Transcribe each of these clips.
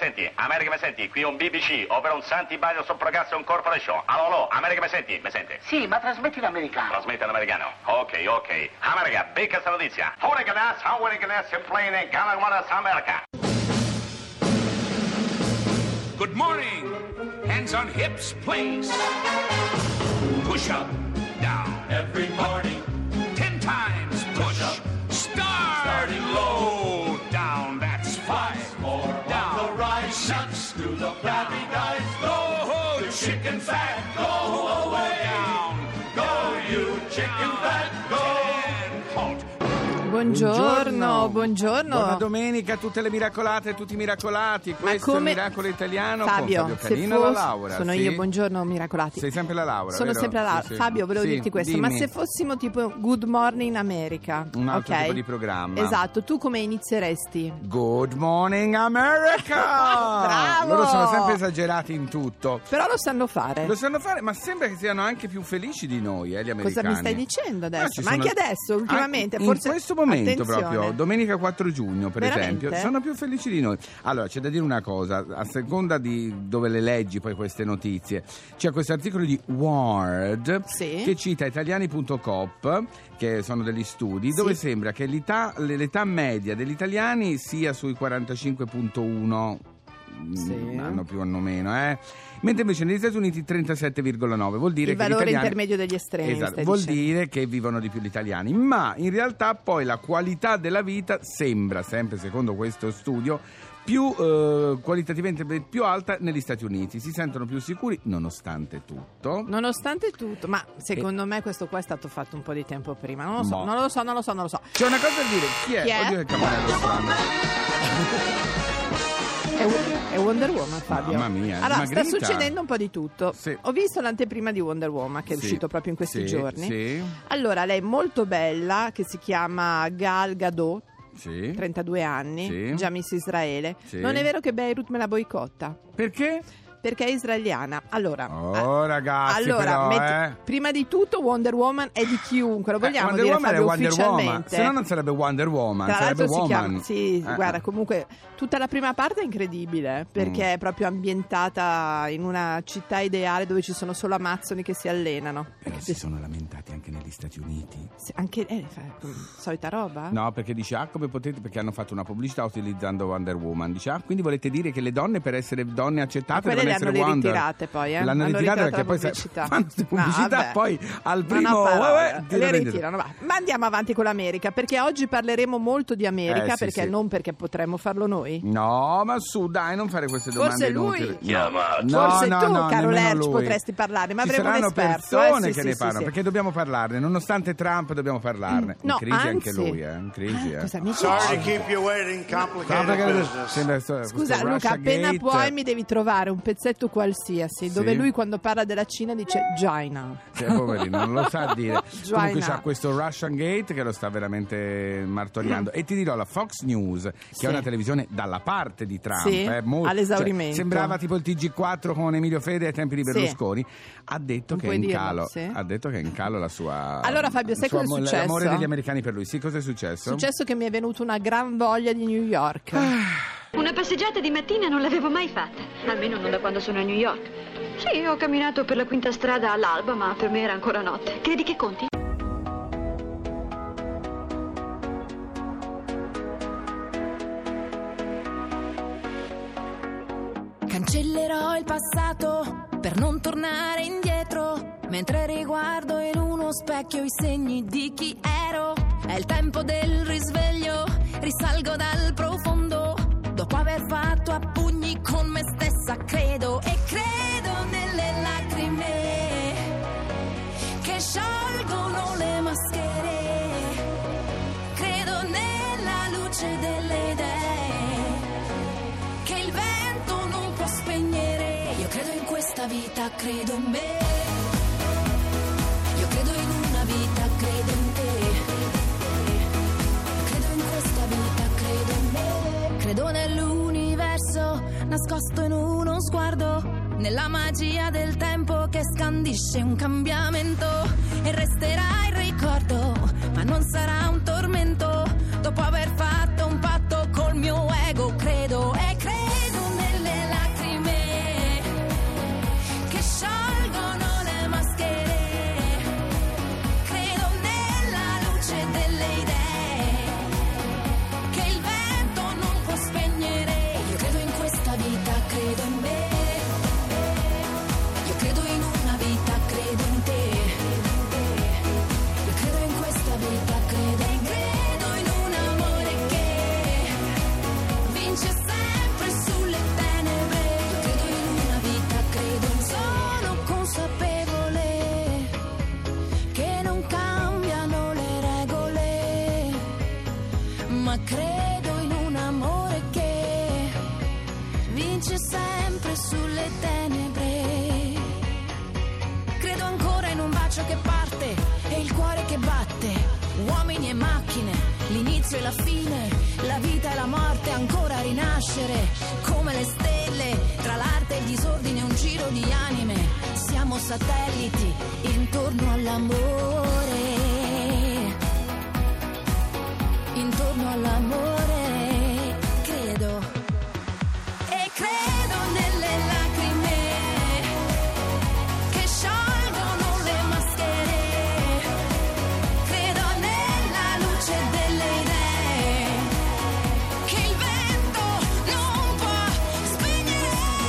senti? America mi senti? Qui un BBC, ovvero un Santi Biosop Broadcasting Corporation. Allo, America mi senti? Mi sente? Sì, ma trasmetti l'americano. Trasmette l'americano. Ok. America, becca sta notizia. Hurricanes, plane, Galaganas, America. Good morning. Hands on hips, please. Push up, down. Every morning. 10 times push. Starting low, down. That's 5 more. Down. On the rise, 6 to the flabby guys. Go, chicken fat, go away. Down. Go, you chicken fat, go. 10, halt. Buongiorno. Buona domenica a tutte le miracolate e tutti i miracolati. Questo è il Miracolo Italiano Fabio, con Fabio Canino e la Laura. Sono io, buongiorno miracolati. Sei sempre la Laura, Sono vero? sempre la Laura. Sì. Fabio, volevo dirti questo, dimmi. ma se fossimo tipo Good Morning America, Un altro ok? tipo di programma. Esatto, tu come inizieresti? Good Morning America! Bravo! Loro sono sempre esagerati in tutto. Però lo sanno fare. Lo sanno fare, ma sembra che siano anche più felici di noi, gli americani. Cosa mi stai dicendo adesso? ci Ma sono- anche adesso, ultimamente, in forse questo momento attenzione. proprio, domenica 4 giugno per Veramente? esempio, sono più felici di noi. Allora, c'è da dire una cosa, a seconda di dove le leggi poi queste notizie, c'è questo articolo di Ward Sì. che cita italiani.coop, che sono degli studi, dove sembra che l'età media degli italiani sia sui 45.1 Sì. anno più anno meno, mentre invece negli Stati Uniti 37,9, vuol dire Il che gli valore italiani, intermedio degli estremi, esatto, stai vuol dicendo. dire che vivono di più gli italiani, ma in realtà poi la qualità della vita sembra, sempre secondo questo studio, più qualitativamente più alta negli Stati Uniti. Si sentono più sicuri nonostante tutto. Nonostante tutto, ma secondo me questo qua è stato fatto un po' di tempo prima. Non lo so, Boh. non lo so. C'è una cosa da dire, chi è? Chi è? Oddio che campanello strano. È Wonder Woman, Fabio. Mamma mia, allora, sta dimagrita. succedendo un po' di tutto. Sì. Ho visto l'anteprima di Wonder Woman che è Sì. uscito proprio in questi Sì, giorni. sì. Allora, lei è molto bella, che si chiama Gal Gadot, Sì. 32 anni, Sì. già Miss Israele. Sì. Non è vero che Beirut me la boicotta? Perché? Perché è israeliana. Allora, Ragazzi, allora però, prima di tutto Wonder Woman è di chiunque, lo vogliamo Wonder dire, Woman Fabio, è Wonder Woman, ufficialmente? se no non sarebbe Wonder Woman, Tra sarebbe l'altro si Woman. chiama, sì, guarda, comunque tutta la prima parte è incredibile perché è proprio ambientata in una città ideale dove ci sono solo amazzoni che si allenano. Però si sono lamentati anche negli Stati Uniti. Anche solita roba? No, perché dice, come potete, perché hanno fatto una pubblicità utilizzando Wonder Woman. Dice, quindi volete dire che le donne per essere donne accettate quelle devono le essere hanno Wonder? ritirate poi, L'hanno Hanno ritirate perché la poi pubblicità. fanno queste pubblicità, vabbè. poi al Non primo ho parole. tirano Le indietro. ritirano, va. Ma andiamo avanti con l'America, perché oggi parleremo molto di America, Sì, perché sì. non perché potremmo farlo noi. No, ma su, dai, non fare queste domande Forse lui. inutili. Chiamato. No, Forse no, tu, no, caro nemmeno Lerch, lui. potresti parlarne, ma Ci avremo un saranno esperto. persone Sì, che sì, ne sì, parlano, sì. perché dobbiamo parlarne, nonostante Trump dobbiamo parlarne. No, in crisi anche anzi. lui, in crisi. Cosa mi dici? Sorry to keep you waiting, complicated business. Sembra Scusa questo Luca, appena Russiagate. puoi mi devi trovare un pezzetto qualsiasi dove lui quando parla della Cina dice China. Poverino, non lo sa dire. Comunque China. c'ha questo Russian Gate che lo sta veramente martoriando. E ti dirò, la Fox News, che è una televisione dalla parte di Trump, Sì, all'esaurimento. sembrava tipo il TG4 con Emilio Fede ai tempi di Berlusconi, ha detto che è puoi in dirlo, calo. sì. Ha detto che è in calo la sua. Allora, Fabio, sai cosa è successo? L'amore degli americani per lui. Sì, cosa è successo? È successo che mi è venuta una gran voglia di New York. Una passeggiata di mattina non l'avevo mai fatta, almeno non da quando sono a New York. Sì, ho camminato per la quinta strada all'alba, ma per me era ancora notte. Credi che conti? Cancellerò il passato per non tornare indietro, mentre riguardo in uno specchio i segni di chi ero. È il tempo del risveglio, risalgo dal profondo, dopo aver fatto a pugni con me stessa, credo e credo nelle lacrime che sciolgono le maschere, credo nella luce delle idee che il vento non può spegnere. Io credo in questa vita, credo in me. Io credo in una vita, credo in te. Credo in questa vita, credo in me. Credo nell'universo nascosto in uno sguardo, nella magia del tempo che scandisce un cambiamento. E resterà il ricordo, ma non sarà un tormento, dopo aver fatto un patto col mio ego. Credo e credo nella vince sempre sulle tenebre. Credo ancora in un bacio che parte e il cuore che batte, uomini e macchine, l'inizio e la fine, la vita e la morte, ancora rinascere come le stelle, tra l'arte e il disordine un giro di anime, siamo satelliti intorno all'amore, intorno all'amore, credo, e credo nelle lacrime che sciolgono le maschere, credo nella luce delle idee che il vento non può spegnere,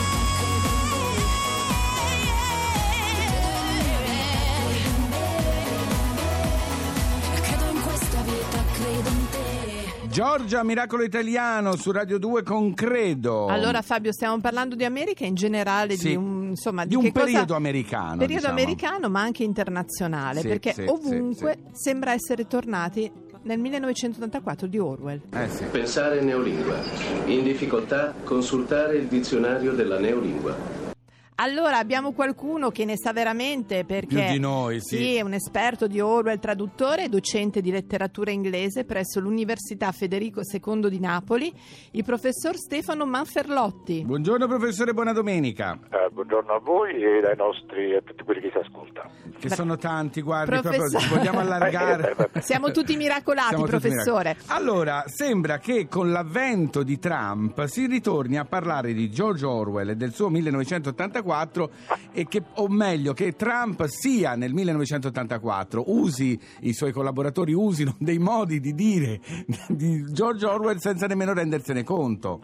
credo in questa vita, credo in te. Giorgia, Miracolo Italiano su Radio 2 con Credo. Allora Fabio, stiamo parlando di America in generale, Sì. di un Che periodo americano. periodo diciamo. americano, ma anche internazionale, Sì, perché sì, ovunque sembra essere tornati nel 1984 di Orwell. Sì. Pensare neolingua. In difficoltà, consultare il dizionario della neolingua. Allora abbiamo qualcuno che ne sa veramente, perché Più di noi, sì. è un esperto di Orwell, traduttore e docente di letteratura inglese presso l'Università Federico II di Napoli, il professor Stefano Manferlotti. Buongiorno professore, buona domenica. Buongiorno a voi e a tutti quelli che ci ascoltano. Che sono tanti, guardi, Professore. proprio vogliamo allargare. Siamo tutti miracolati, Siamo tutti professore. Allora, sembra che con l'avvento di Trump si ritorni a parlare di George Orwell e del suo 1984 e che, o meglio, che Trump sia nel 1984 i suoi collaboratori usino dei modi di dire di George Orwell senza nemmeno rendersene conto.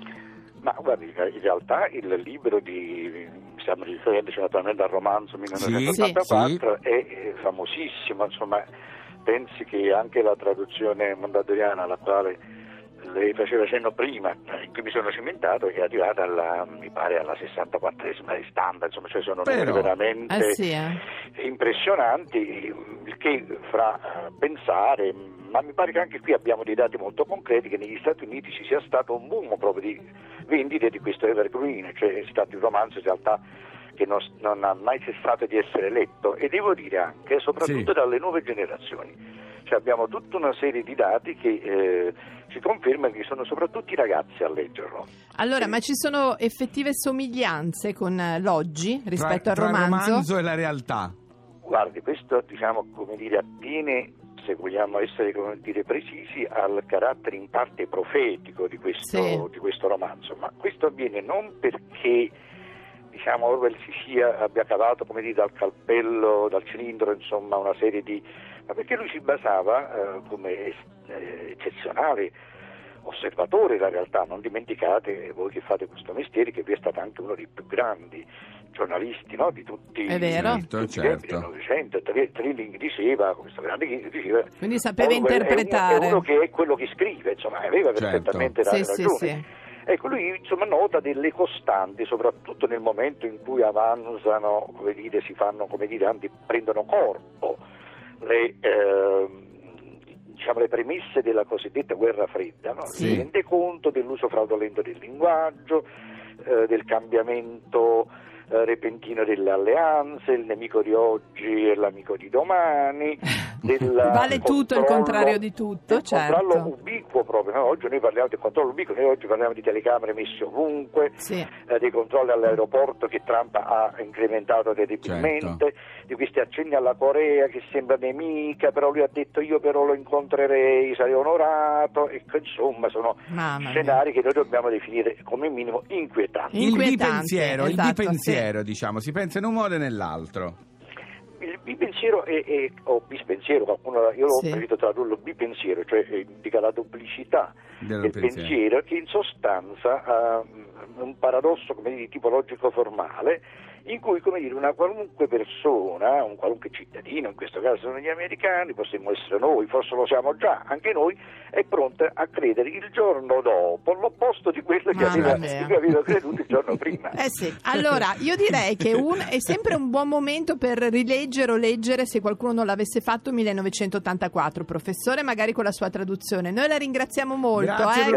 Ma guardi, in realtà il libro stiamo riferendoci naturalmente al romanzo 1984, Sì. è famosissimo, insomma, pensi che anche la traduzione mondadoriana alla quale lei faceva cenno prima, in cui mi sono cimentato, è arrivata mi pare alla 64esima ristampa, insomma, cioè sono numeri veramente impressionanti, il che fa pensare, ma mi pare che anche qui abbiamo dei dati molto concreti, che negli Stati Uniti ci sia stato un boom proprio di vendite di questo evergreen, cioè è stato un romanzo in realtà che non ha mai cessato di essere letto, e devo dire anche, soprattutto dalle nuove generazioni. Cioè abbiamo tutta una serie di dati che ci confermano che sono soprattutto i ragazzi a leggerlo. Allora, ma ci sono effettive somiglianze con l'oggi rispetto tra al il romanzo e la realtà? Guardi, questo attiene, se vogliamo essere precisi, al carattere in parte profetico di questo romanzo, ma questo avviene non perché Orwell abbia cavato dal cappello, dal cilindro, insomma, una serie ma perché lui si basava come eccezionale osservatore della realtà. Non dimenticate, voi che fate questo mestiere, che lui è stato anche uno dei più grandi giornalisti, no? Di tutti è vero? i tempi del Novecento. Trilling diceva, questo grande diceva, quindi sapeva Orwell interpretare. è uno che è quello che scrive, insomma, aveva perfettamente ragione. Sì. Ecco, lui nota delle costanti, soprattutto nel momento in cui avanzano, si fanno, prendono corpo le premesse della cosiddetta guerra fredda, no? Si rende conto dell'uso fraudolento del linguaggio, del cambiamento repentino delle alleanze, il nemico di oggi è l'amico di domani, vale tutto il contrario di tutto, certo. Il controllo ubiquo proprio, no? Oggi noi parliamo del controllo ubiquo, noi oggi parliamo di telecamere messe ovunque, dei controlli all'aeroporto che Trump ha incrementato terribilmente, di questi accenni alla Corea che sembra nemica, però lui ha detto io però lo incontrerei, sarei onorato, e insomma sono scenari che noi dobbiamo definire come minimo inquietanti. Il bipensiero, diciamo, si pensa in un modo e nell'altro. Il bipensiero o bispensiero, io l'ho preferito tradurlo bipensiero, cioè indica la duplicità del pensiero, che in sostanza ha un paradosso di tipo logico formale, in cui, come dire, una qualunque persona, un qualunque cittadino, in questo caso sono gli americani, possiamo essere noi, forse lo siamo già anche noi, è pronta a credere il giorno dopo l'opposto di quello che aveva creduto il giorno prima. Sì. Allora, io direi che è sempre un buon momento per rileggere o leggere, se qualcuno non l'avesse fatto, 1984, professore, magari con la sua traduzione. Noi la ringraziamo molto.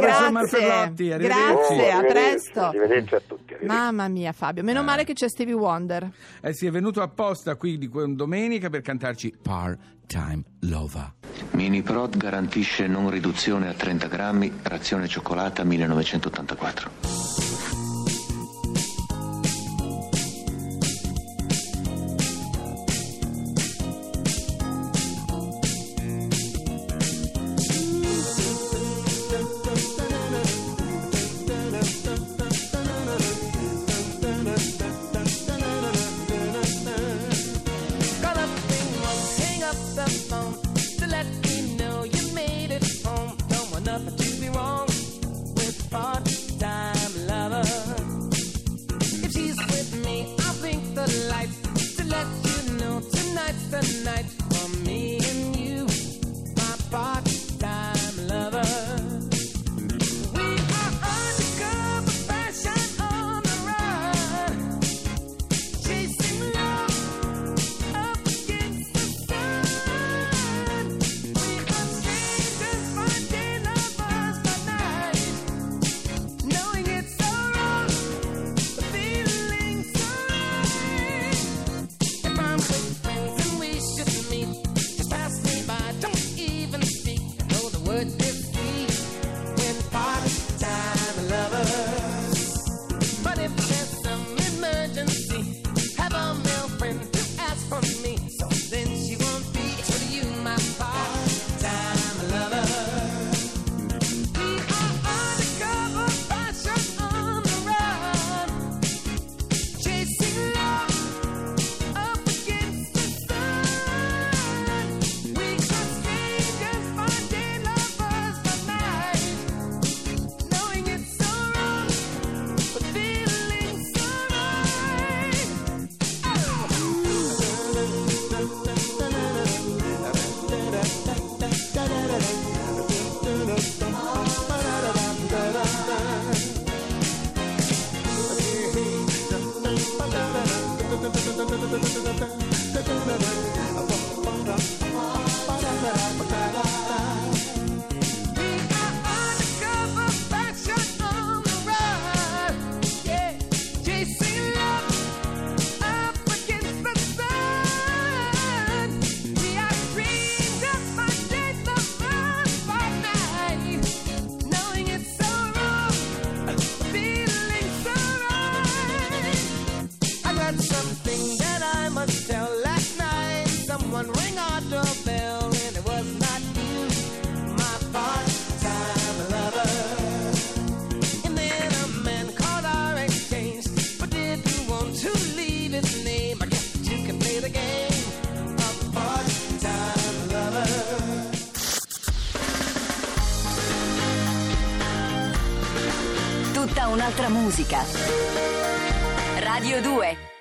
Grazie. Grazie, a presto. Arrivederci a tutti. Mamma mia, Fabio, meno male che c'è Stevie Wonder. Sì, è venuto apposta qui di domenica per cantarci Part-Time Lover. Mini Prod garantisce non riduzione a 30 grammi, razione cioccolata 1984. Un'altra musica. Radio 2.